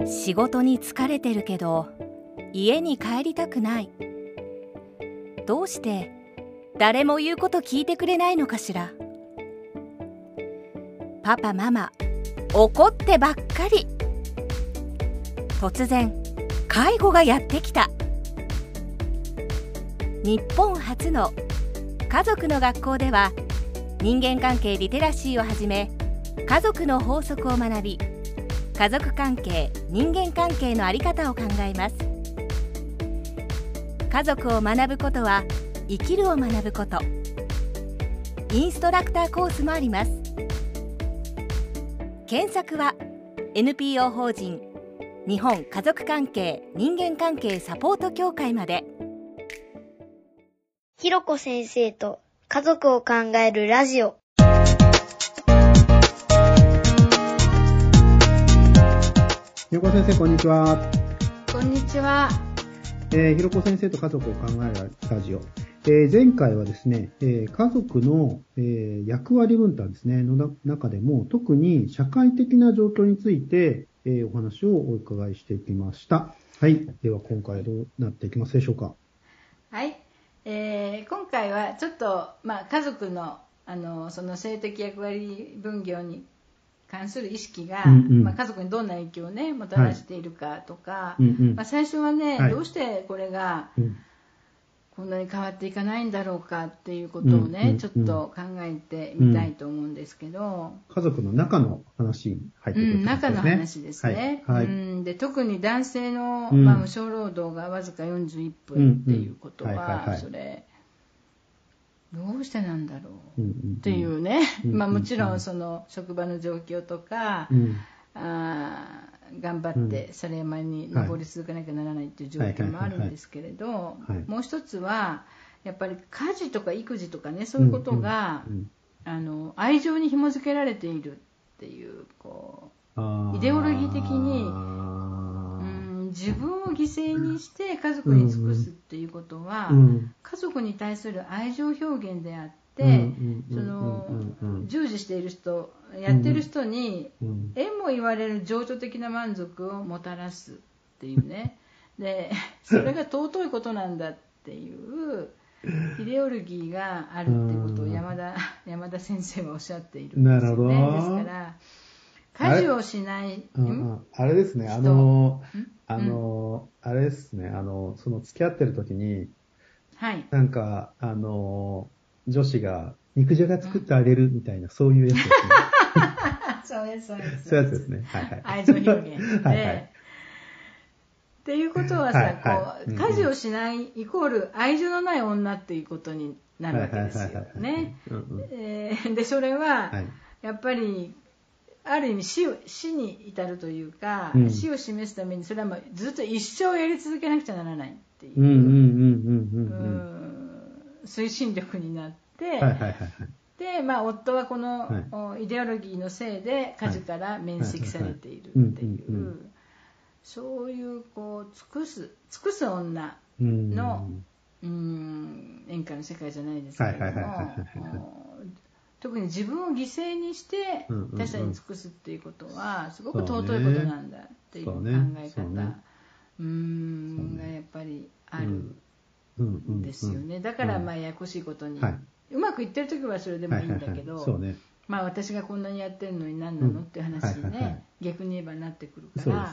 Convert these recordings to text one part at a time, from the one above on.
仕事に疲れてるけど家に帰りたくない。どうして誰も言うこと聞いてくれないのかしら。パパママ怒ってばっかり。突然介護がやってきた。日本初の家族の学校では人間関係リテラシーをはじめ家族の法則を学び、家族関係、人間関係の在り方を考えます。家族を学ぶことは生きるを学ぶこと。インストラクターコースもあります。検索は NPO 法人日本家族関係人間関係サポート協会まで。 ひろこ先生と家族を考えるラジオ。 ひろこ先生、こんにちは。 こんにちは。 ひろこ先生と家族を考えるラジオ。前回はですね、家族の、役割分担ですね、の中でも特に社会的な状況について、お話をお伺いしていきました。はい。では今回どうなっていきますでしょうか。 はい。今回はちょっと、家族の、その性的役割分業に関する意識が、家族にどんな影響をね、もたらしているかとか、最初はね、どうしてこれが、こんなに変わっていかないんだろうかっていうことをね、ちょっと考えてみたいと思うんですけど、 家族の中の話に入ってくるんですね。 中の話ですね。で特に男性の、無償労働がわずか41分っていうことは、それどうしてなんだろうっていうね、もちろんその職場の状況とか、頑張ってサラリーマンに上り続けなきゃならないっていう状況もあるんですけれど、もう一つはやっぱり家事とか育児とかね、そういうことが、愛情に紐付けられているっていう、イデオロギー的に、自分を犠牲にして家族に尽くすっていうことは、家族に対する愛情表現であって、従事している人、やってる人に縁も言われる情緒的な満足をもたらすっていうね。で、それが尊いことなんだっていうイデオロギーがあるっていうことを山田先生はおっしゃっているんですよね。ですから家事をしないあれですね、あれですね、その付き合ってる時に、なんか女子が肉じゃが作ってあげるみたいな、そういうやつですね。 そういうやつですね。 愛情表現で。っていうことはさ、家事をしないイコール愛情のない女っていうことになるわけですよね。で、それはやっぱりある意味死に至るというか、死を示すためにそれはずっと一生やり続けなくちゃならないっていう推進力になって、で、夫はこのイデオロギーのせいで家事から免責されているっていう、そういう尽くす女の演歌の世界じゃないですけれども、特に自分を犠牲にして他者に尽くすっていうことはすごく尊いことなんだっていう考え方がやっぱりあるんですよね。だからややこしいことに、うまくいってる時はそれでもいいんだけど、私がこんなにやってるのに何なのって話にね、逆に言えばなってくるから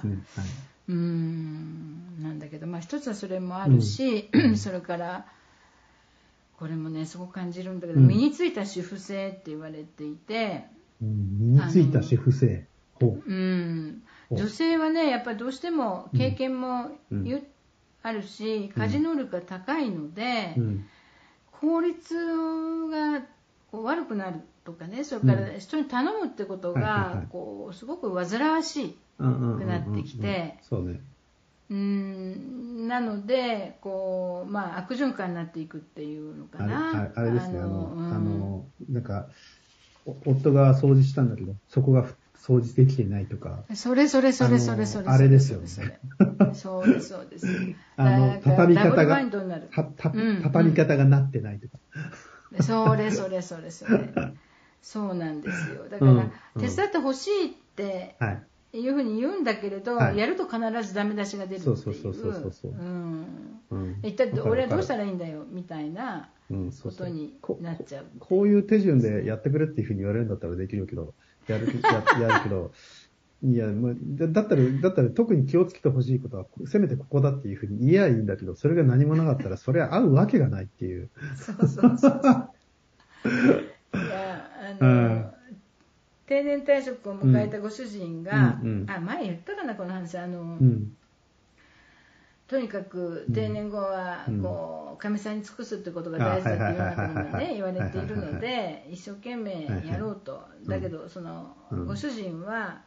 なんだけど、一つはそれもあるし、それからこれもねすごく感じるんだけど、身についた主婦性って言われていて、 身についた主婦性、 女性はねやっぱりどうしても経験もあるし、家事能力が高いので、効率が悪くなるとかね、それから人に頼むってことがすごく煩わしくなってきて、なので悪循環になっていくっていうのかな。 あれですね、なんか夫が掃除したんだけどそこが掃除できてないとか、 それあれですよね。そうです畳み方がなってないとか、 それそうなんですよ。だから手伝ってほしいっていうふうに言うんだけれど、やると必ずダメ出しが出るっていう。一体俺はどうしたらいいんだよみたいなことになっちゃう。 こういう手順でやってくれっていうふうに言われるんだったらできるけど、やるけど、いや、だったら特に気をつけてほしいことは、せめてここだっていうふうに言えばいいんだけど、それが何もなかったら、それは合うわけがないっていう。 いや、定年退職を迎えたご主人が、前言ったかな、この話、とにかく定年後はこうかみさんに尽くすってことが大事だっていうようなことがね言われているので、一生懸命やろうと。だけどそのご主人は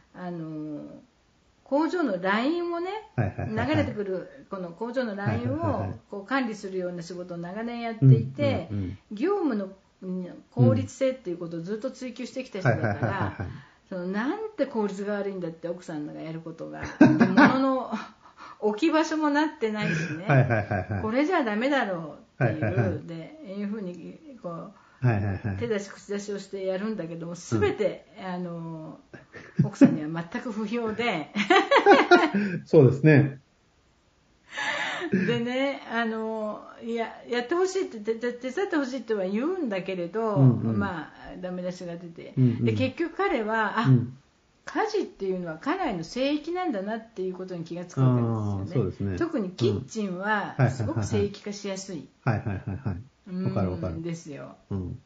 工場のラインをね、流れてくるこの工場のラインをこう管理するような仕事を長年やっていて、業務の効率性っていうことをずっと追求してきた人だから、なんて効率が悪いんだって奥さんがやることが物の置き場所もなってないしね、これじゃダメだろうっていうふうにこう手出し口出しをしてやるんだけども、全て奥さんには全く不評でそうですね。 でね、やってほしいって手伝ってほしいっては言うんだけれど、まあダメ出しが出て、で結局彼は家事っていうのは家内の聖域なんだなっていうことに気がつくわけですよね。特にキッチンはすごく聖域化しやすい。わかるですよ。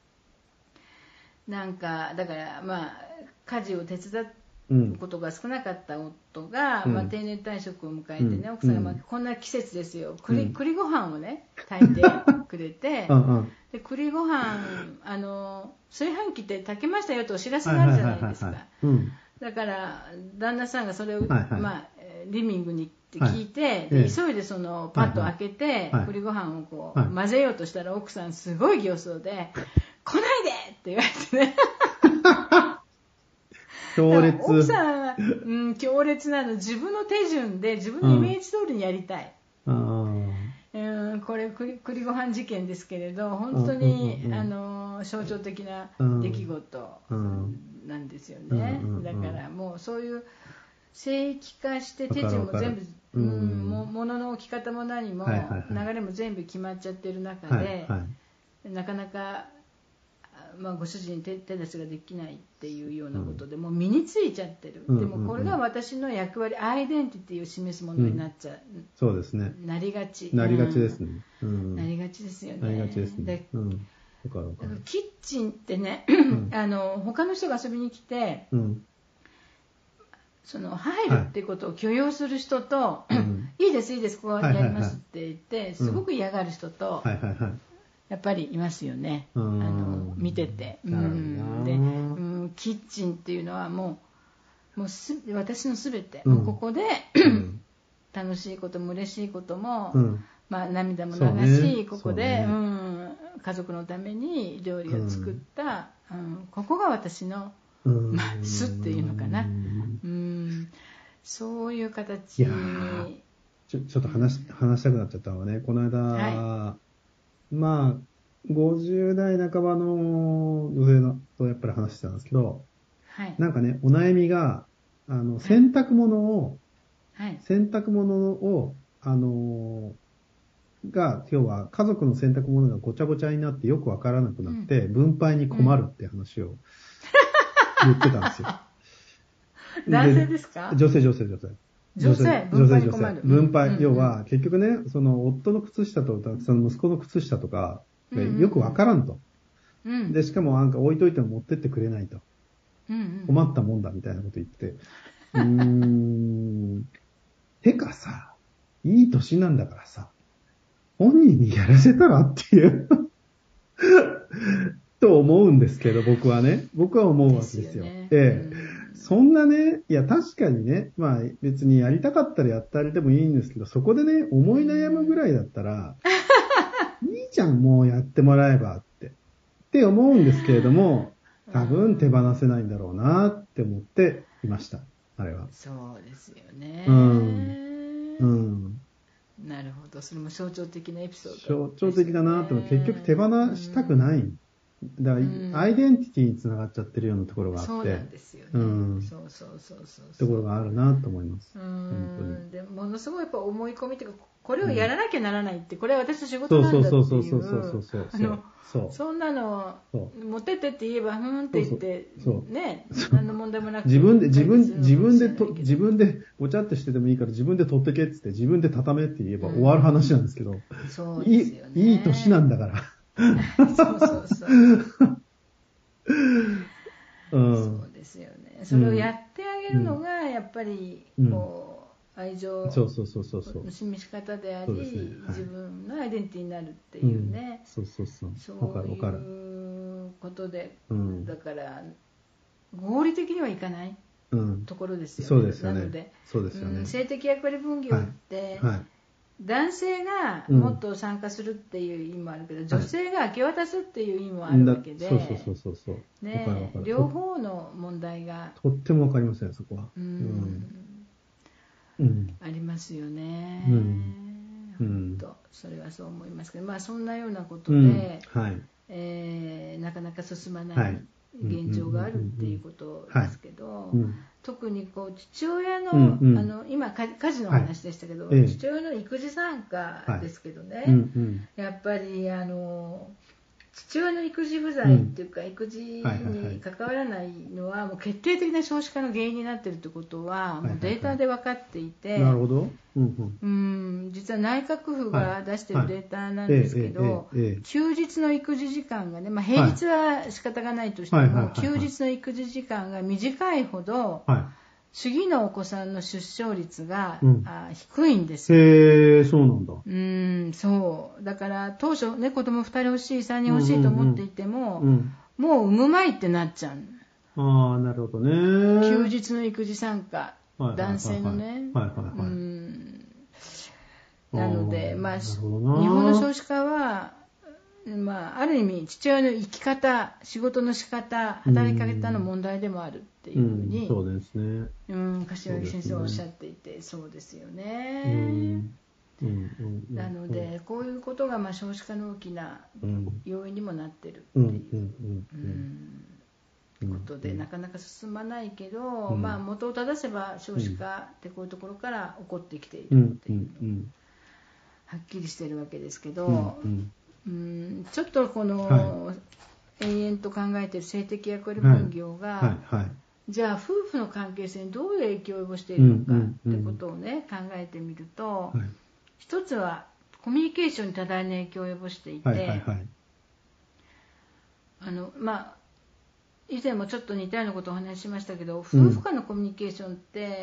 なんかだからまあ家事を手伝うことが少なかった夫が、定年退職を迎えてね、奥さんがこんな季節ですよ、栗ご飯をね炊いてくれてで栗ご飯炊飯器って炊けましたよとお知らせがあるじゃないですか。だから旦那さんがそれを、リビングに行って聞いて、急いでそのパッと開けて、栗ご飯をこう、混ぜようとしたら奥さんすごい形相で「来ないで!」って言われてね強烈。奥さんは、強烈なの。自分の手順で自分のイメージ通りにやりたい。これ栗ご飯事件ですけれど、本当に象徴的な出来事なんですよね。だからもうそういう聖域化して手順も全部、物の置き方も何も流れも全部決まっちゃってる中で、なかなかご主人に手出しができないっていうようなことでもう身についちゃってる。でもこれが私の役割、アイデンティティを示すものになっちゃう。 そうですね。 なりがちですね。 なりがちですよね。 なりがちですね。 キッチンってね、他の人が遊びに来て、その入るっていうことを許容する人と、いいですいいですここはやりますって言ってすごく嫌がる人と。やっぱりいますよね。見てて。で、キッチンっていうのはもう私のすべて、もうここで楽しいことも嬉しいことも、涙も流し、ここで、家族のために料理を作った、ここが私の巣っていうのかな。そういう形に。 ちょっと話したくなっちゃったのはね、この間、50代半ばの女性とやっぱり話してたんですけど、なんかね、お悩みが、洗濯物を、今日は家族の洗濯物がごちゃごちゃになってよくわからなくなって、分配に困るって話を言ってたんですよ。 男性ですか？ 女性。 分配、 要は結局ね、その夫の靴下とその息子の靴下とかよくわからんと、でしかもなんか置いといても持ってってくれないと、困ったもんだみたいなこと言って、てかさ、いい年なんだからさ、本人にやらせたらっていうと思うんですけど、僕は思うわけですよ。そんなね、いや確かにね、別にやりたかったらやってあげてもいいんですけど、そこでね、思い悩むぐらいだったら、いいじゃん、もうやってもらえばって思うんですけれども、多分手放せないんだろうなって思っていました、あれは。 そうですよね。なるほど、それも象徴的なエピソード、 象徴的だなって、結局手放したくない。 だからアイデンティティにつながっちゃってるようなところがあって、 そうなんですよね。そうところがあるなと思います。 でものすごいやっぱ思い込みというか、これをやらなきゃならないって、これは私の仕事なんだっていう、そんなの持ってってって言えばって言ってね、何の問題もなくて、 自分でお茶ってしてでもいいから自分で取ってけって言って自分で畳めって言えば終わる話なんですけど、 そうですよね。 いい年なんだから。 そうですよね。それをやってあげるのがやっぱりこう愛情の示し方であり、自分のアイデンティティになるっていうね、そういうことで、だから合理的にはいかないところですよね。なので性的役割分業って男性がもっと参加するっていう意味もあるけど、女性が明け渡すっていう意味もあるわけで、両方の問題がとってもわかりますね、そこは。 ありますよね。本当それはそう思いますけど、そんなようなことで、なかなか進まない現状があるっていうことですけど、特にこう父親の、今家事の話でしたけど、父親の育児参加ですけどね、やっぱり父親の育児不在っていうか、育児に関わらないのはもう決定的な少子化の原因になっているということはもうデータで分かっていて、 なるほど。 実は内閣府が出しているデータなんですけど、休日の育児時間がね、平日は仕方がないとしても、休日の育児時間が短いほど、次のお子さんの出生率が、低いんですよ。 へー、そうなんだ。 そうだから当初ね、子供2人欲しい3人欲しいと思っていても、もう産むまいってなっちゃう。 なるほどね。 休日の育児参加、男性のね。なので、日本の少子化は、ある意味父親の生き方、仕事の仕方、働き方の問題でもあるっていうふうに、 そうですね。 柏木先生はおっしゃっていて、そうですよね。なのでこういうことが少子化の大きな要因にもなっているっていうことで、なかなか進まないけど、元を正せば少子化ってこういうところから起こってきているっていうのはっきりしているわけですけど、ちょっとこの延々と考えている性的役割分業が、じゃあ夫婦の関係性にどういう影響を及ぼしているのかってことをね、考えてみると、一つはコミュニケーションに多大な影響を及ぼしていて、以前もちょっと似たようなことをお話ししましたけど、夫婦間のコミュニケーションって、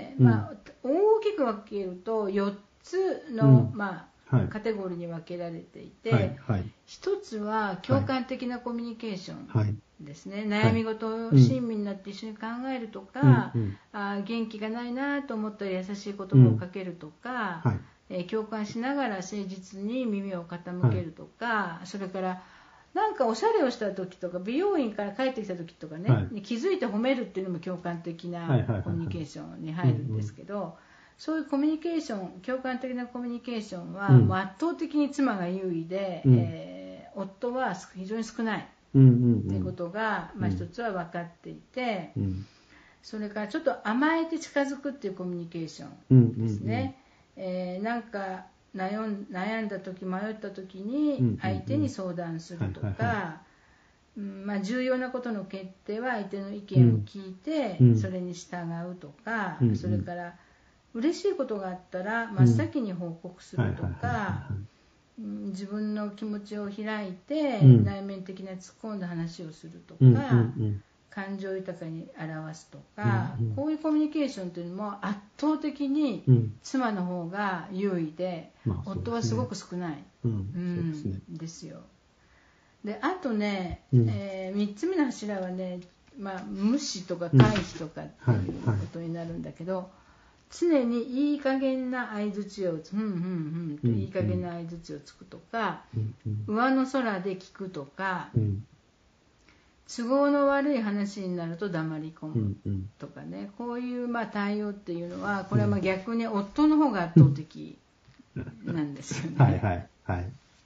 大きく分けると4つの、カテゴリーに分けられていて、一つは共感的なコミュニケーションですね。悩み事を親身になって一緒に考えるとか、元気がないなと思ったら優しい言葉をかけるとか、共感しながら誠実に耳を傾けるとか、それからなんかおしゃれをした時とか美容院から帰ってきた時とかね、気づいて褒めるっていうのも共感的なコミュニケーションに入るんですけど、そういうコミュニケーション、共感的なコミュニケーションは、もう圧倒的に妻が優位で、夫は非常に少ないということが、一つは分かっていて、それからちょっと甘えて近づくっていうコミュニケーションですね。なんか悩んだ時、迷った時に相手に相談するとか、重要なことの決定は相手の意見を聞いてそれに従うとか、それから嬉しいことがあったら真っ先に報告するとか、自分の気持ちを開いて内面的な突っ込んだ話をするとか、感情豊かに表すとか、こういうコミュニケーションというのも圧倒的に妻の方が優位で、夫はすごく少ないですよ。で、あとね、3つ目の柱はね、無視とか回避とかっていうことになるんだけど、常にいい加減な相槌をいい加減な相槌をつくとか、上の空で聞くとか、都合の悪い話になると黙り込むとかね、こういう対応っていうのは、これは逆に夫の方が圧倒的なんですよね。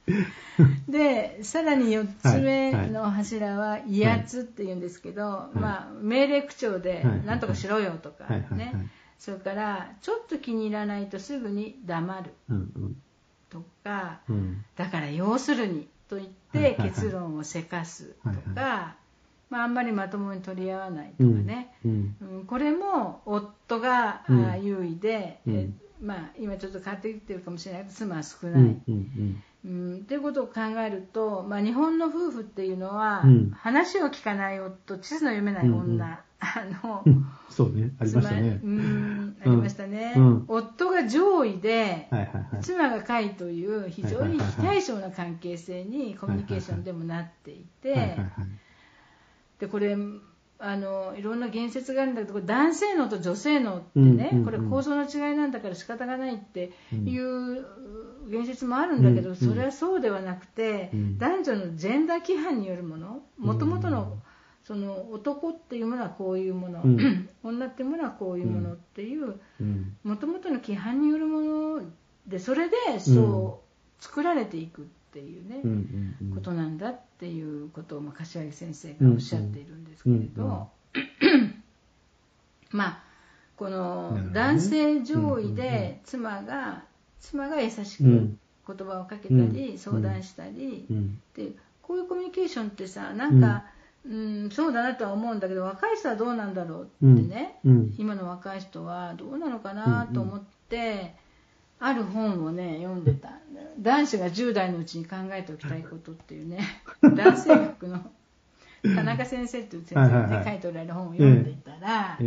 で、さらに4つ目の柱は威圧っていうんですけど、命令口調で何とかしろよとかね、それからちょっと気に入らないとすぐに黙るとか、だから要するにと言って結論をせかすとか、あんまりまともに取り合わないとかね、これも夫が優位で、今ちょっと変わってきてるかもしれないけど妻は少ない。っていうことを考えると、日本の夫婦っていうのは、話を聞かない夫、地図の読めない女、 そうね、ありましたね。 ありましたね。夫が上位で、妻が下位という非常に非対称な関係性にコミュニケーションでもなっていて、でこれいろんな言説があるんだけど、男性脳と女性脳ってね、これ構造の違いなんだから仕方がないっていう言説もあるんだけど、それはそうではなくて、男女のジェンダー規範によるもの、もともとのその男っていうものはこういうもの、女っていうものはこういうものっていうもともとの規範によるもので、それでそう作られていくっていうね、ことなんだっていうことを柏木先生がおっしゃっているんですけれど、この男性上位で妻が優しく言葉をかけたり相談したりで、こういうコミュニケーションってさ、なんかそうだなとは思うんだけど、若い人はどうなんだろうってね、今の若い人はどうなのかなと思って、ある本をね読んでた。男子が10代のうちに考えておきたいことっていうね、男性学の田中先生という先生がね書いておられる本を読んでいたら、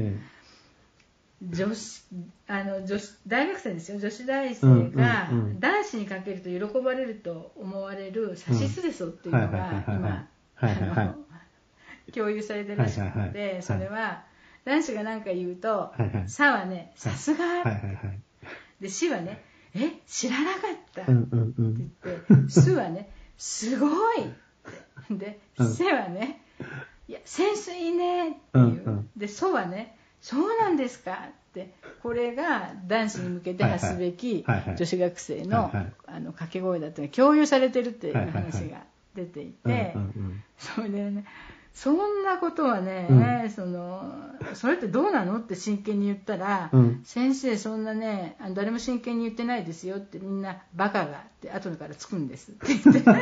大学生ですよ、女子大生が男子にかけると喜ばれると思われるさしすせそっていうのが今共有されてるらしくて、それは男子が何か言うと、さはね、さすが、で、しはね、知らなかったって言って、すはね、すごいで、せはね、いや、センスいいねっていう、で、そはね、そうなんですかって、これが男子に向けて発すべき女子学生の掛け声だって共有されてるっていう話が出ていて、それでね、そんなことはね、それってどうなのって真剣に言ったら、先生そんなね、誰も真剣に言ってないですよって、みんなバカがって後からつくんですって言って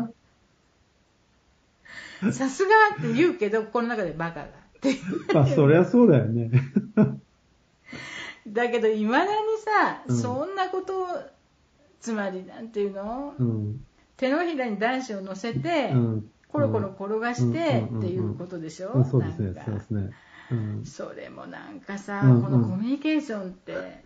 さすがって言うけど、この中でバカがってそりゃそうだよねだけどいまだにさ、そんなことを、つまりなんていうの、手のひらに男子を乗せて、コロコロ転がしてっていうことでしょ。 そうですね、そうですね。 それもなんかさ、このコミュニケーションって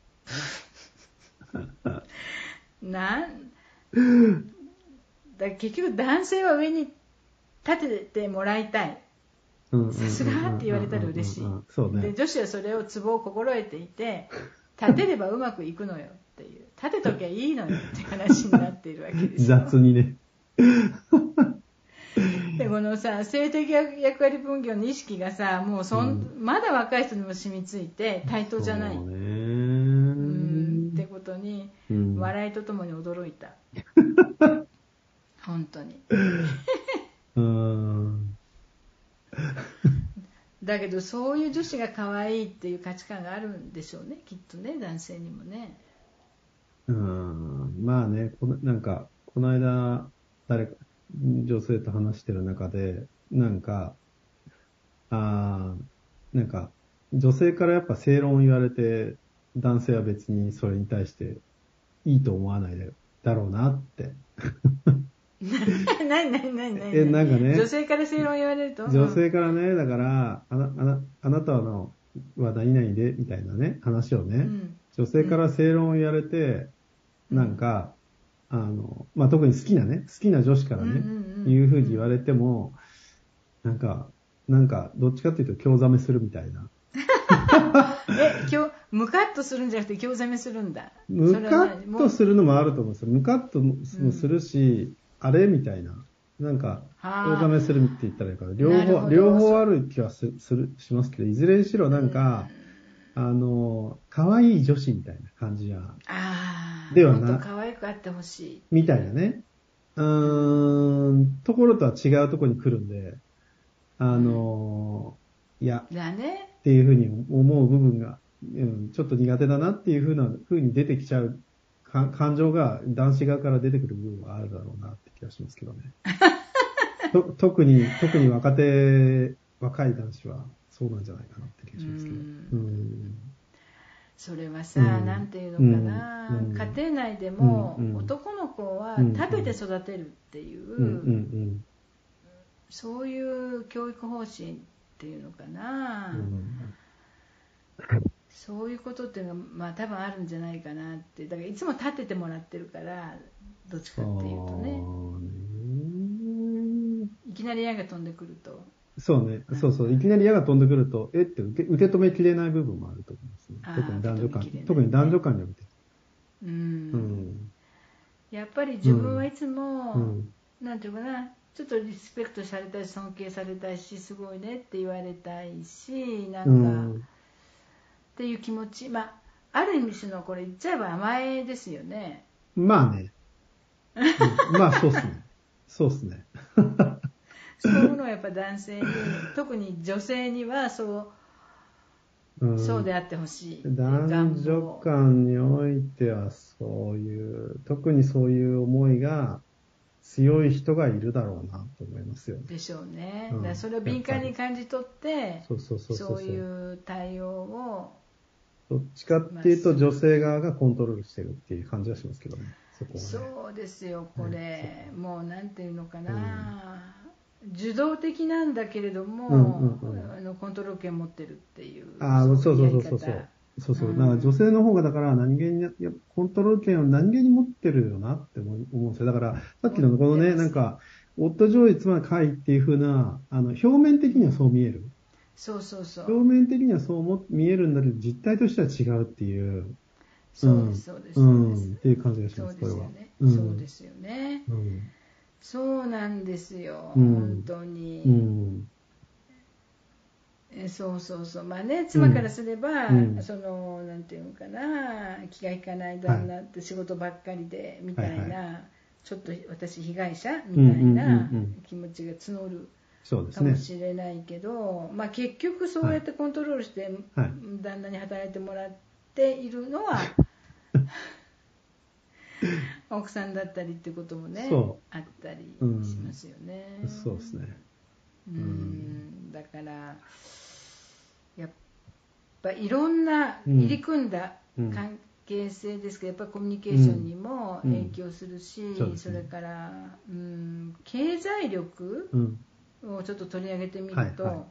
だ結局男性は上に立ててもらいたい。さすがって言われたら嬉しい。で、女子はそれをツボを心得ていて、立てればうまくいくのよっていう、立てときゃいいのよって話になっているわけですよ。 雑にね。 でこのさ、性的役割分業の意識がさ、もうまだ若い人にも染みついて対等じゃない、ってことに、笑いとともに驚いた本当にだけどそういう女子が可愛いっていう価値観があるんでしょうね、きっとね、男性にもね。 まあね、なんかこの間女性と話してる中で、なんか女性からやっぱ正論を言われて、男性は別にそれに対していいと思わないだろうなってなんかね、女性から正論言われると、 女性からね、だからあなたのは何々でみたいなね話をね、女性から正論を言われて、なんか特に好きな女子からね、いう風に言われても、なんかどっちかっていうと興ざめするみたいな。 ムカッとするんじゃなくて興ざめするんだ。 ムカッとするのもあると思うんですよ。ムカッともするし、あれみたいな。なんか、興ざめするって言ったらいいから、両方ある気はしますけど、いずれにしろなんか、可愛い女子みたいな感じは。 ではな。もっと可愛くあってほしい。 みたいなね。 ところとは違うところに来るんで、いや、 だね。 っていうふうに思う部分が、ちょっと苦手だなっていうふうに出てきちゃう感情が男子側から出てくる部分はあるだろうなって気がしますけどね。特に若い男子はそうなんじゃないかなって気がしますけど。 それはさ、なんていうのかな、家庭内でも男の子は食べて育てるっていう、そういう教育方針っていうのかな、そういうことっていうのが、まあ、多分あるんじゃないかなって。だからいつも立ててもらってるから、どっちかっていうとね、いきなり矢が飛んでくると、 そうね、そういきなり矢が飛んでくるとって受け止めきれない部分もあると思いますね。特に男女間において。 やっぱり自分はいつも、なんていうかな、ちょっとリスペクトされたいし尊敬されたいし、すごいねって言われたいし、なんか、っていう気持ち、まあある意味のこれ言っちゃえば甘えですよね。 まあね、まあそうっすね。 そういうのはやっぱ男性に、特に女性にはそうであってほしい。 男女間においては特にそういう思いが強い人がいるだろうなと思いますよ。 でしょうね。だからそれを敏感に感じ取って、そういう対応を。 どっちかっていうと女性側がコントロールしてるっていう感じはしますけどね。 そうですよ、これ。もうなんていうのかな。受動的なんだけれども、コントロール権を持ってるっていう。そう。だから女性の方がだから何気にコントロール権を何気に持ってるよなって思うんですよ。だからさっきのこのね、なんか夫上位妻下位っていう風な表面的にはそう見える。 そう。 表面的にはそう見えるんだけど実態としては違うっていう。 そうです。 っていう感じがします。これは。 そうですよね。そうなんですよ、本当に。そう。まあね、妻からすれば、なんていうのかな、気が利かない旦那って仕事ばっかりで、みたいな、ちょっと私被害者みたいな気持ちが募るかもしれないけど、まあ結局そうやってコントロールして、旦那に働いてもらっているのは、奥さんだったりってこともね、あったりしますよね。 そうですね。 だからやっぱいろんな入り組んだ関係性ですけど、やっぱりコミュニケーションにも影響するし、それから経済力をちょっと取り上げてみると、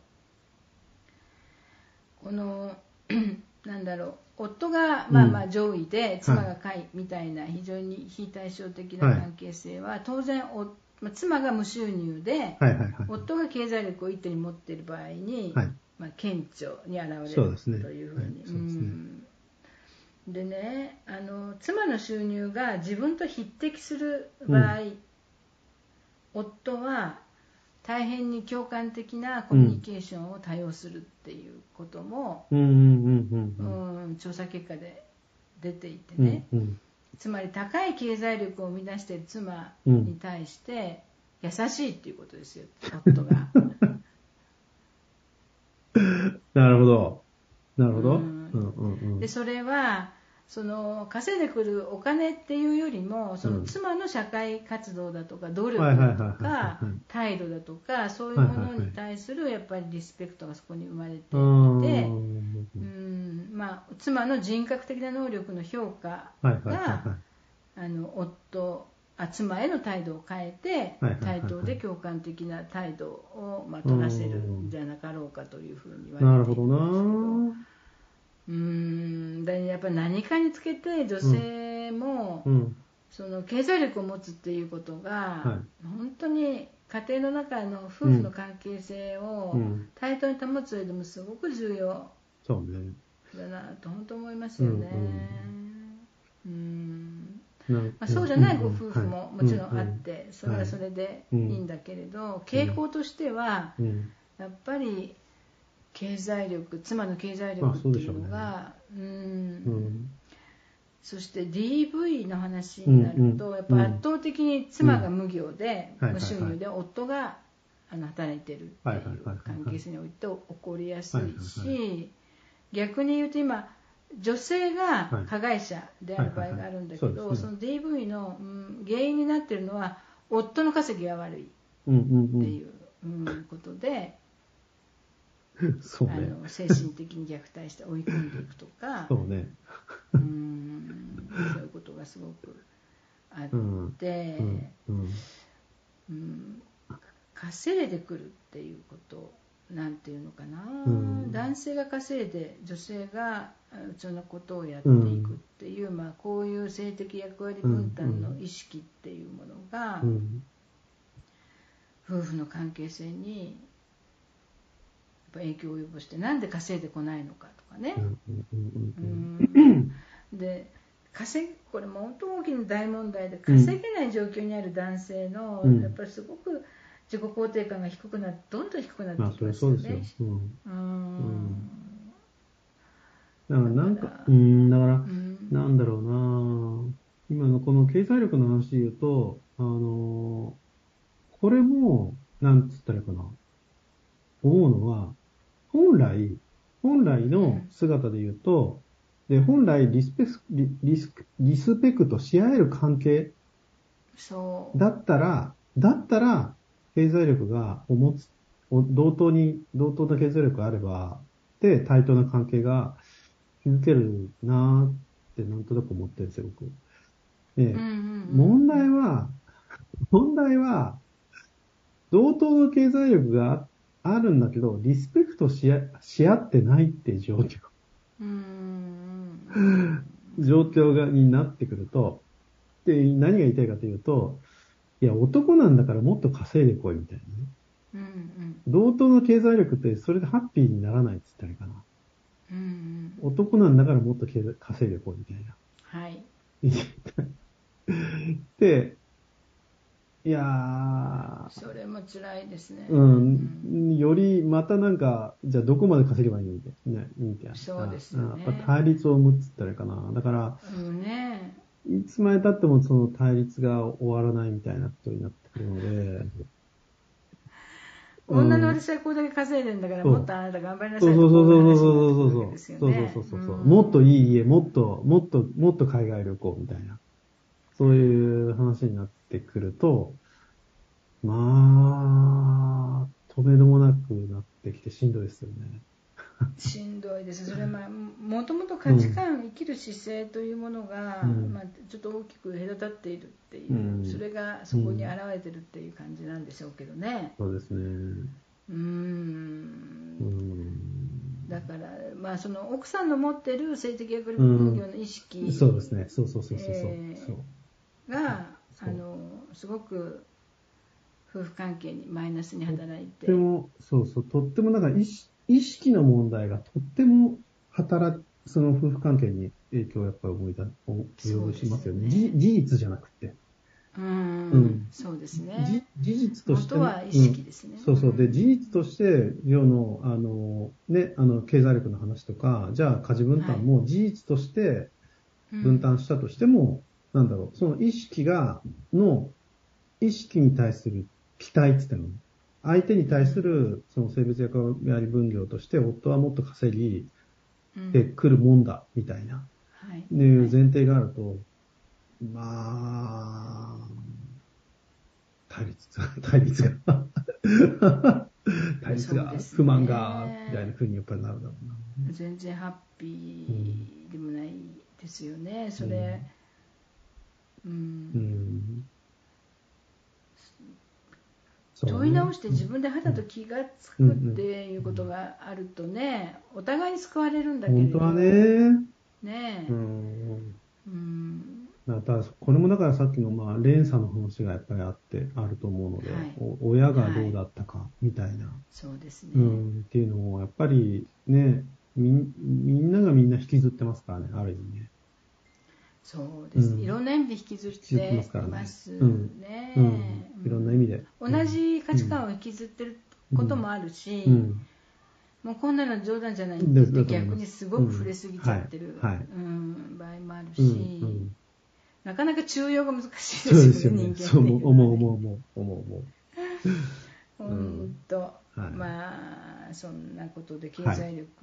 このなんだろう、夫がまあ上位で妻が下位みたいな非常に非対照的な関係性は、当然妻が無収入で夫が経済力を一手に持っている場合に顕著に現れるというふうに。でね、妻の収入が自分と匹敵する場合、夫は大変に共感的なコミュニケーションを多用するっていうことも調査結果で出ていてね、つまり高い経済力を生み出している妻に対して優しいっていうことですよ、夫が。 なるほど。 でそれは稼いでくるお金っていうよりも、妻の社会活動だとか努力だとか態度だとか、そういうものに対するやっぱりリスペクトがそこに生まれていて、妻の人格的な能力の評価が妻への態度を変えて対等で共感的な態度を取らせるんじゃなかろうかというふうに言われているんですけど。やっぱり何かにつけて女性も、経済力を持つっていうことが、本当に家庭の中の夫婦の関係性を対等に保つ上でもすごく重要だなと本当思いますよね。そうじゃないご夫婦ももちろんあって、それはそれでいいんだけれど、傾向としてはやっぱり妻の経済力っていうのが、 そして DV の話になると、やっぱ圧倒的に妻が無業で、無収入で夫が働いてるっていう関係性において起こりやすいし、逆に言うと今女性が加害者である場合があるんだけど、その DV の原因になっているのは夫の稼ぎが悪いっていうことで、 そうね、 精神的に虐待して追い込んでいくとか、 そうね、 そういうことがすごくあって、稼いでくるっていうことなんていうのかな、男性が稼いで女性がそのことをやっていくっていう、こういう性的役割分担の意識っていうものが、夫婦の関係性に影響を及ぼして、なんで稼いでこないのかとかね、でこれも大きな大問題で、稼げない状況にある男性の、やっぱりすごく自己肯定感がどんどん低くなっていきますよね。 だからなんだろうな、今のこの経済力の話で言うと、これもなんつったらいいかな、思うのは、本来の姿で言うと、で本来リスペクトし合える関係だったら経済力が同等な経済力があればで対等な関係が築けるなってなんとなく思ってるんですよ、僕。で、問題は同等の経済力があるんだけどリスペクトし合ってないって状況。になってくると、で、何が言いたいかというと、いや、男なんだからもっと稼いでこいみたいなね。同等の経済力ってそれでハッピーにならないって言ったらいいかな。男なんだからもっと稼いでこいみたいな。 はい。 で、いやー。 それも辛いですね。 より、またなんか、じゃあどこまで稼げばいいのみたいな。 そうですよね。 やっぱ対立を生むって言ったらいいかな。だから、いつまで経ってもその対立が終わらないみたいなことになってくるので。 女の私はこれだけ稼いでるんだから、もっとあなた頑張りなさいとそう。もっといい家、もっと海外旅行みたいな。そういう話になってくると、まあ、止めどもなくなってきてしんどいですよね。 しんどいです。それはもともと価値観、生きる姿勢というものが、ちょっと大きく隔たっているっていう、それがそこに現れてるっていう感じなんでしょうけどね。 そうですね。 だから、その奥さんの持ってる性的役割分業の意識、 そうですね。 がすごく夫婦関係にマイナスに働いて、 とってもなんか意識の問題がとってもその夫婦関係に影響をやっぱり及ぼしますよね。事実じゃなくて。 そうですね。 事実として。 元は意識ですね。 で、事実として、世の、経済力の話とか、じゃあ家事分担も事実として分担したとしても、その意識に対する期待って言ったの。相手に対するその性別役割分業として夫はもっと稼ぎでくるもんだみたいな、いう前提があると、対立が不満がみたいな風にやっぱりなるだろうな。 全然ハッピーでもないですよね。それ。問い直して自分で肌と気がつくっていうことがあるとね、お互いに救われるんだけれど。 本当はね。だからこれもだからさっきの連鎖の話がやっぱりあると思うので、親がどうだったかみたいな。 そうですね。 っていうのをやっぱりね、みんながみんな引きずってますからね、ある意味ね。 そうです。いろんな意味で引きずってますね。 いろんな意味で。 同じ価値観を引きずってることもあるし、 もうこんなの冗談じゃないって言って逆にすごく触れすぎちゃってる、場合もあるし、なかなか中庸が難しいですよね、人間って。 そう思う。 本当、まあそんなことで経済力、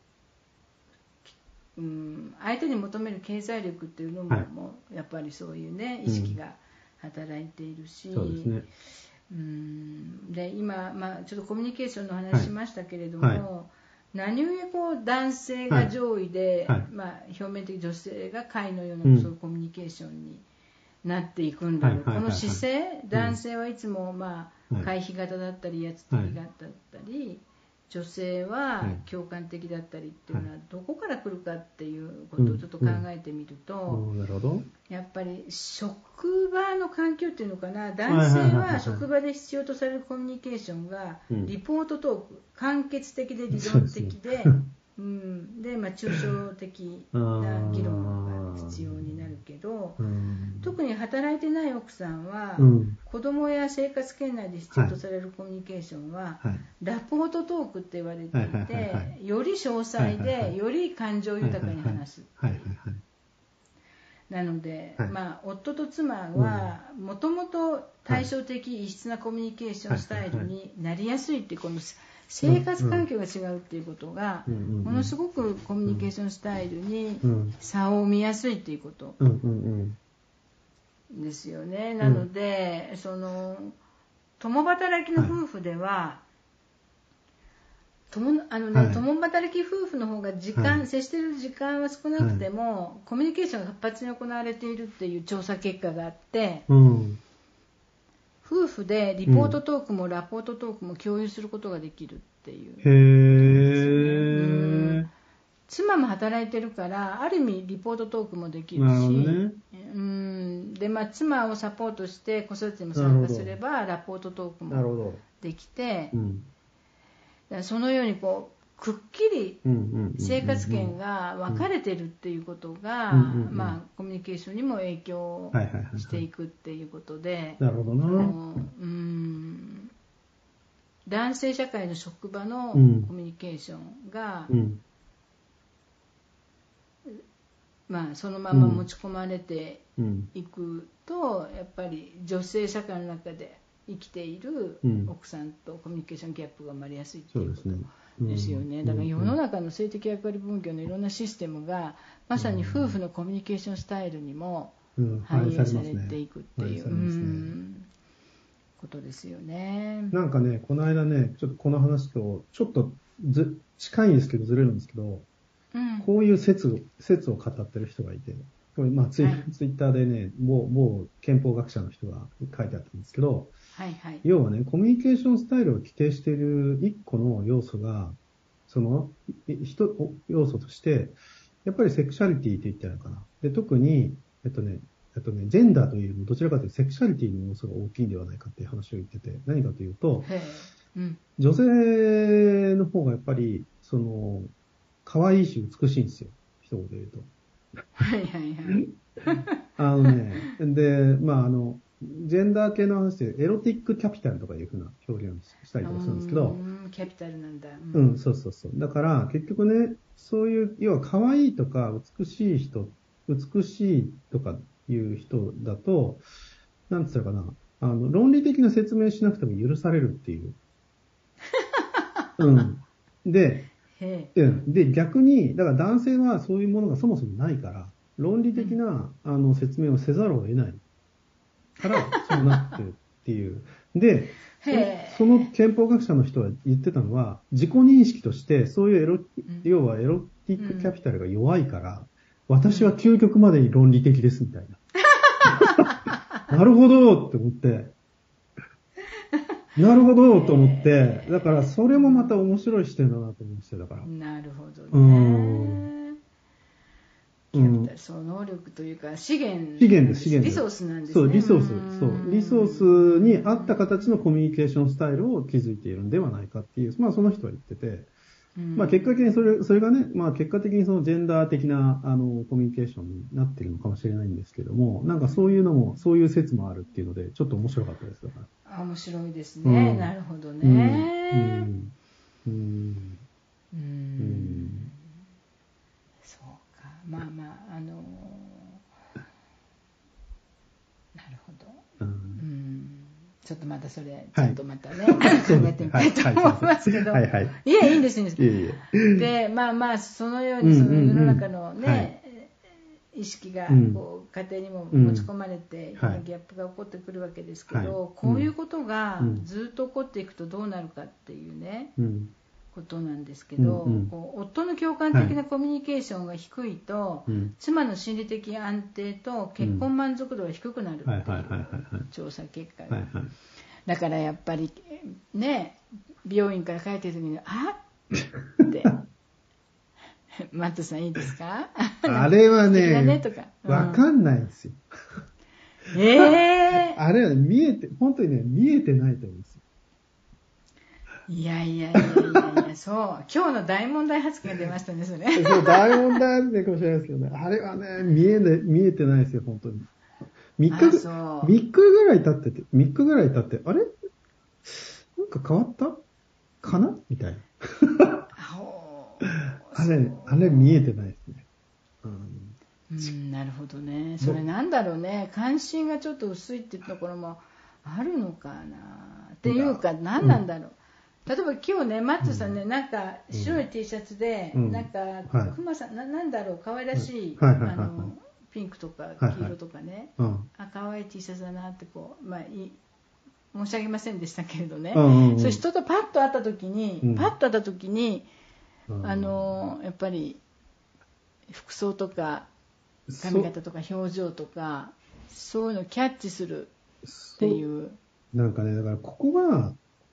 相手に求める経済力っていうのも、やっぱりそういうね意識が働いているし、 そうですね。 で今、ちょっとコミュニケーションの話しましたけれども、何故男性が上位で、表面的女性が下位のような、そういうコミュニケーションになっていくんだろう、この姿勢、男性はいつも、回避型だったり威圧的型だったり、女性は共感的だったりっていうのはどこから来るかっていうことをちょっと考えてみると、やっぱり職場の環境っていうのかな、男性は職場で必要とされるコミュニケーションがリポートトーク、簡潔的で理論的で、で抽象的な議論が必要になるけど、特に働いてない奥さんは、子供や生活圏内で必要とされるコミュニケーションは、ラポートトークって言われていて、より詳細でより感情豊かに話す。なので、夫と妻はもともと対照的異質なコミュニケーションスタイルになりやすいっていう、この生活環境が違うっていうことが、ものすごくコミュニケーションスタイルに差を見やすいっていうことですよね。なので、共働きの夫婦では、共働き夫婦の方が接している時間は少なくても、コミュニケーションが活発に行われているっていう調査結果があって、夫婦でリポートトークもラポートトークも共有することができるっていう。妻も働いてるからある意味リポートトークもできるし、で妻をサポートして子育てにも参加すればラポートトークもできて、そのようにくっきり生活圏が分かれてるっていうことが、コミュニケーションにも影響していくっていうことで、男性社会の職場のコミュニケーションが、そのまま持ち込まれていくと、やっぱり女性社会の中で生きている奥さんとコミュニケーションギャップが生まれやすいっていうことですよね。だから世の中の性的役割分業のいろんなシステムがまさに夫婦のコミュニケーションスタイルにも反映されていくっていうことですよね。 なんかね、この間ね、ちょっとこの話とちょっと近いんですけどずれるんですけど、こういう説を語ってる人がいて、これツイッターでね、某憲法学者の人が書いてあったんですけど、要はね、コミュニケーションスタイルを規定している一個の要素が、その要素として、やっぱりセクシャリティって言ったのかな。で、特に、ジェンダーというよりもどちらかというとセクシャリティの要素が大きいんではないかっていう話を言ってて、何かというと、女性の方がやっぱり、可愛いし美しいんですよ。一言で言うと。で、ジェンダー系の話で、エロティックキャピタルとかいうふうな表現をしたりとかするんですけど、 キャピタルなんだ。 そう。だから、結局ね、そういう、要は可愛いとか美しいとかいう人だと、なんつうのかな、論理的な説明しなくても許されるっていう。で、逆に、だから男性はそういうものがそもそもないから、論理的な、説明をせざるを得ないから、そうなってるっていう。で、その憲法学者の人が言ってたのは、自己認識として、そういう要はエロティックキャピタルが弱いから、私は究極までに論理的ですみたいな。なるほどって思って、なるほどと思って、だからそれもまた面白い視点だなと思いました。だから。 なるほどね。その能力というか資源です。リソースなんですね。 リソースに合った形のコミュニケーションスタイルを築いているんではないかっていう、その人は言ってて、結果的にそれがね、結果的にそのジェンダー的なコミュニケーションになっているのかもしれないんですけども、なんかそういうのもそういう説もあるっていうのでちょっと面白かったです。だから面白いですね。なるほどね。 そうか。まあまあ、なるほど。ちょっとまたそれ、ちょっとまたね、考えてみたいと思いますけど。いや、いいんです、いいんです。で、まあまあ、そのように、その世の中のね、意識がこう家庭にも持ち込まれて、ギャップが起こってくるわけですけど、こういうことがずっと起こっていくとどうなるかっていうね、ことなんですけど、こう夫の共感的なコミュニケーションが低いと、妻の心理的安定と結婚満足度が低くなるっていう調査結果が。だからやっぱりね、美容院から帰ってる時にあっってマットさんいいですか？ あれはね、わかんないんですよ。あれは本当にね、見えてないと思うんですよ。 いや、そう。今日の大問題発言が出ましたね、それ。 そう、大問題発言かもしれないですけどね。あれはね、見えてないですよ、本当に。3日ぐらい経って、あれなんか変わったかなみたいな。あれ見えてないですね。 なるほどね。それなんだろうね。関心がちょっと薄いっていうところもあるのかな。っていうか、何なんだろう。例えば今日ね、マッチョさんね、なんか白い T シャツで、なんか、クマさん、なんだろう、可愛らしい、ピンクとか黄色とかね、可愛い T シャツだなってこう、まあ申し上げませんでしたけれどね、そういう人とパッと会った時に、やっぱり服装とか髪型とか表情とかそういうのをキャッチするっていう。 なんかね、だからここは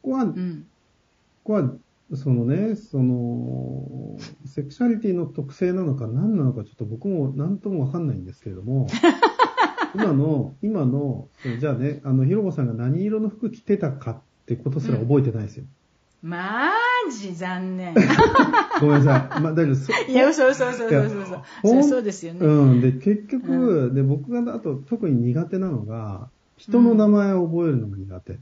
そのね、セクシャリティの特性なのか何なのかちょっと僕も何ともわかんないんですけれども、今の、じゃあね、ひろこさんが何色の服着てたかってことすら覚えてないですよ。 マジ残念。 ごめんなさい。大丈夫。 いや、そう。そうですよね。 で、結局、で、僕があと特に苦手なのが、人の名前を覚えるのが苦手。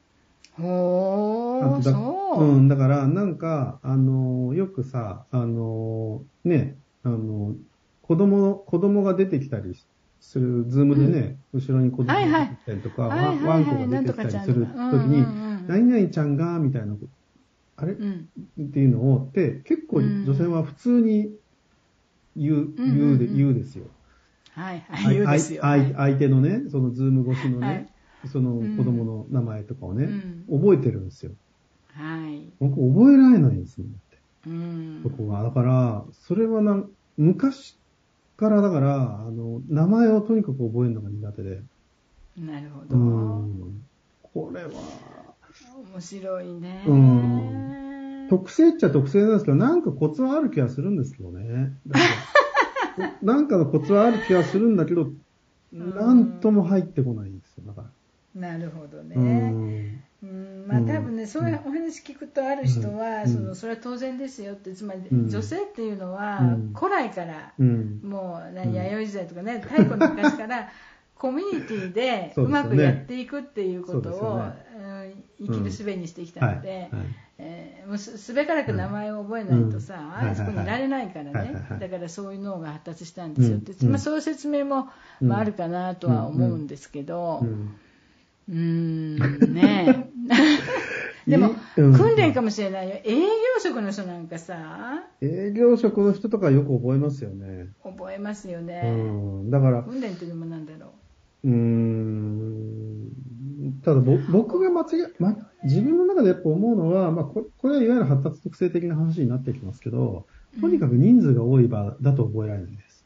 そう。 だから、なんか、よくさ、ね、子供が出てきたりする、ズームでね、後ろに子供が出てきたりとか、ワンコが出てきたりするときに、何々ちゃんが、みたいな、あれ、っていうのを、で、結構女性は普通に言うですよ。 言うですよ。 相手のね、そのズーム越しのね、その子供の名前とかをね、覚えてるんですよ。僕覚えられないんですよ。そこが。だから、それは昔からだから、名前をとにかく覚えるのが苦手で。 なるほど。 これは、 面白いね。 特性っちゃ特性なんですけど、なんかコツはある気がするんですけどね。なんかのコツはある気がするんだけど、なんとも入ってこないんですよ、だから。 なるほどね。まあ多分ね、そういうお話聞くとある人は、それは当然ですよって、つまり女性っていうのは、古来から、もう弥生時代とかね、太古の昔から、コミュニティでうまくやっていくっていうことを生きる術にしてきたので、すべからく名前を覚えないとさ、あそこにいられないからね。だからそういう脳が発達したんですよって、そういう説明もあるかなとは思うんですけど、ねえ。でも、訓練かもしれないよ。営業職の人なんかさ。 営業職の人とかよく覚えますよね。 覚えますよね。 だから。 訓練っていうのもなんだろう。 ただ僕が自分の中でやっぱ思うのは、これはいわゆる発達特性的な話になってきますけど、とにかく人数が多い場だと覚えられないです。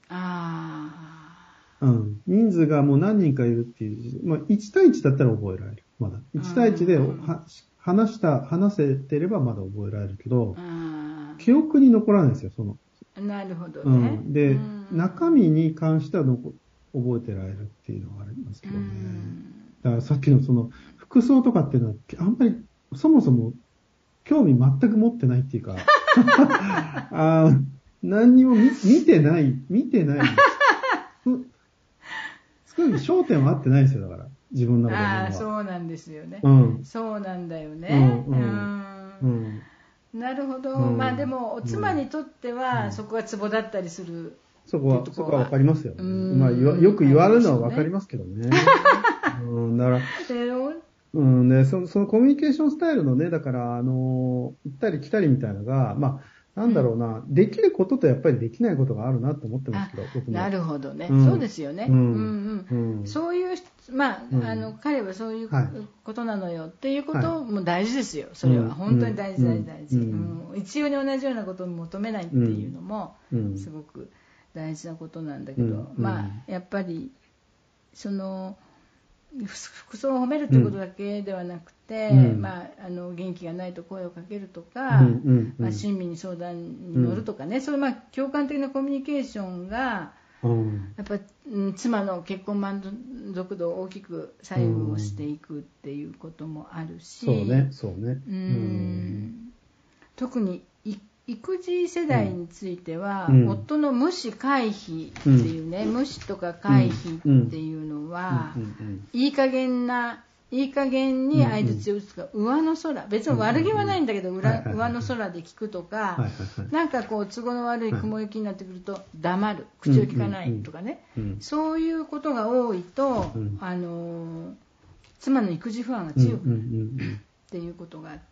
人数がもう何人かいるっていう、1対1だったら覚えられる。まだ。1対1で話せてればまだ覚えられるけど、記憶に残らないんですよ、 なるほどね。 で、中身に関しては覚えてられるっていうのがありますけどね。だからさっきの服装とかっていうのは、あんまりそもそも興味全く持ってないっていうか、何にも見てない。少し焦点は合ってないですよ、だから。自分の中では。 そうなんですよね。そうなんだよね。 なるほど、まあでも妻にとってはそこがツボだったりする、 そこは分かりますよね。まあよく言われるのは分かりますけどね。だからね、そのコミュニケーションスタイルのね、だから行ったり来たりみたいなのが、まあなんだろうな、できることとやっぱりできないことがあるなと思ってますけど、僕も。 なるほどね、そうですよね。そういう、まあ、彼はそういうことなのよっていうことも大事ですよ。それは本当に大事。一様に同じようなことを求めないっていうのもすごく大事なことなんだけど、まあやっぱりその服装を褒めるってことだけではなくて、まあ、元気がないと声をかけるとか、まあ、親身に相談に乗るとかね、そういうまあ共感的なコミュニケーションがやっぱり妻の結婚満足度を大きく左右をしていくっていうこともあるし、 そうね。 特に育児世代については、夫の無視回避っていうね、無視とか回避っていうのは、いい加減に相槌を打つか、上の空、別に悪気はないんだけど、上の空で聞くとか、なんかこう都合の悪い雲行きになってくると黙る、口を聞かないとかね、そういうことが多いと、妻の育児不安が強くなるっていうことがあって、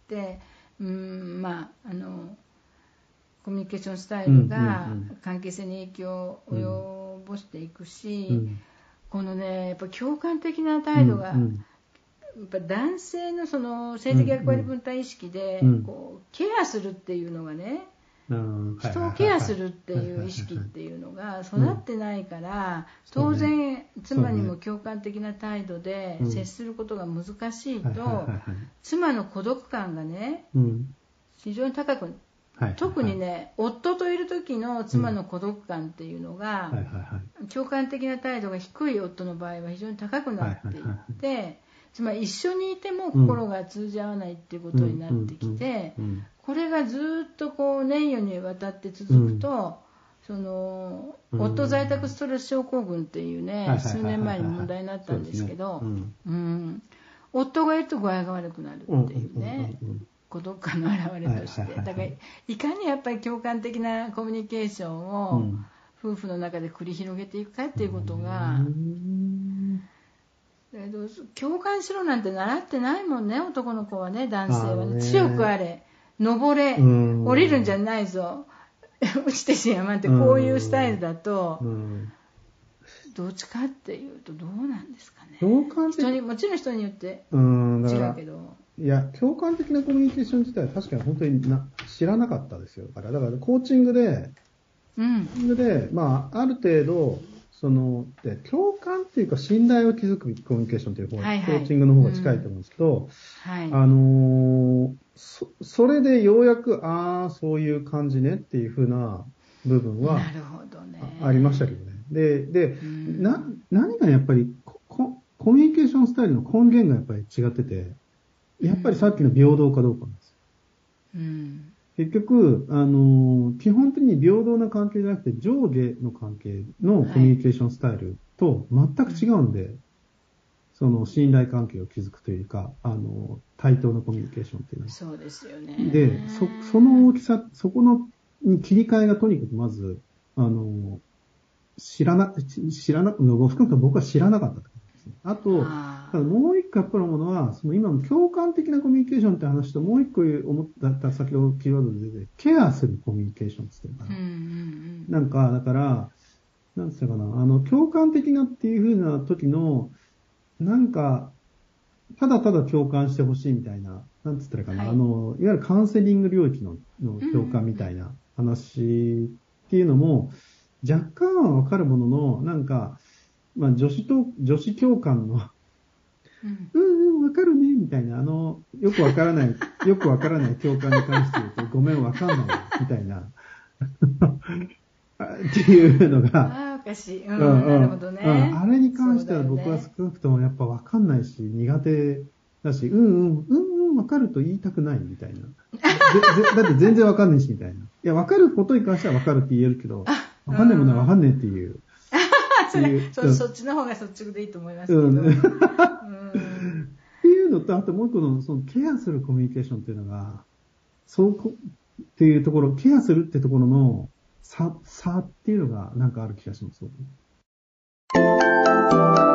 まあコミュニケーションスタイルが関係性に影響を及ぼしていくし、このねやっぱ共感的な態度が、やっぱ男性のその性的役割分担意識でこうケアするっていうのがね、人をケアするっていう意識っていうのが育ってないから、当然妻にも共感的な態度で接することが難しいと、妻の孤独感がね非常に高く、特にね夫といる時の妻の孤独感っていうのが、共感的な態度が低い夫の場合は非常に高くなっていって、つまり一緒にいても心が通じ合わないっていうことになってきて、これがずっとこう年余にわたって続くと、その夫在宅ストレス症候群っていうね、数年前に問題になったんですけど、夫がいると具合が悪くなるっていうね、孤独感の表れとして、だからいかにやっぱり共感的なコミュニケーションを夫婦の中で繰り広げていくかっていうことが、だけど共感しろなんて習ってないもんね、男の子はね、男性はね。強くあれ、登れ、降りるんじゃないぞ、落ちてしまって、こういうスタイルだと、どっちかっていうとどうなんですかね。もちろん人によって違うけど。 いや、共感的なコミュニケーション自体は確かに本当に知らなかったですよ。だからコーチングで、まあ、ある程度、共感っていうか信頼を築くコミュニケーションという方、コーチングの方が近いと思うんですけど、それでようやく、そういう感じねっていう風な部分はありましたけどね。で、何がやっぱりコミュニケーションスタイルの根源がやっぱり違ってて、やっぱりさっきの平等かどうかなんですよ。結局、基本的に平等な関係じゃなくて上下の関係のコミュニケーションスタイルと全く違うんで、その信頼関係を築くというか、対等なコミュニケーションっていうのは。 そうですよね。 で、その大きさ、そこの切り替えがとにかくまず、僕は知らなかった。あと、もう一個やっぱり思うのは、今の共感的なコミュニケーションって話と、もう一個思った先ほどキーワードで出て、ケアするコミュニケーションって言ってるかな。なんか、だから、なんつったかな、共感的なっていう風な時の、なんか、ただただ共感してほしいみたいな、なんつったらいいかな、いわゆるカウンセリング領域の共感みたいな話っていうのも、若干はわかるものの、なんか、まあ、女子共感の、わかるね、みたいな、よくわからない共感に関して言うと、ごめん、わかんない、みたいな、っていうのが、 おかしい。なるほどね。 あれに関しては僕は少なくともやっぱわかんないし、苦手だし、わかると言いたくない、みたいな。だって全然わかんないし、みたいな。いや、わかることに関してはわかるって言えるけど、わかんないものはわかんないっていう。 そっちの方が率直でいいと思いますけど。 っていうのと、あともう一個の、ケアするコミュニケーションっていうのが、 そうっていうところ、ケアするってところの差っていうのがなんかある気がします。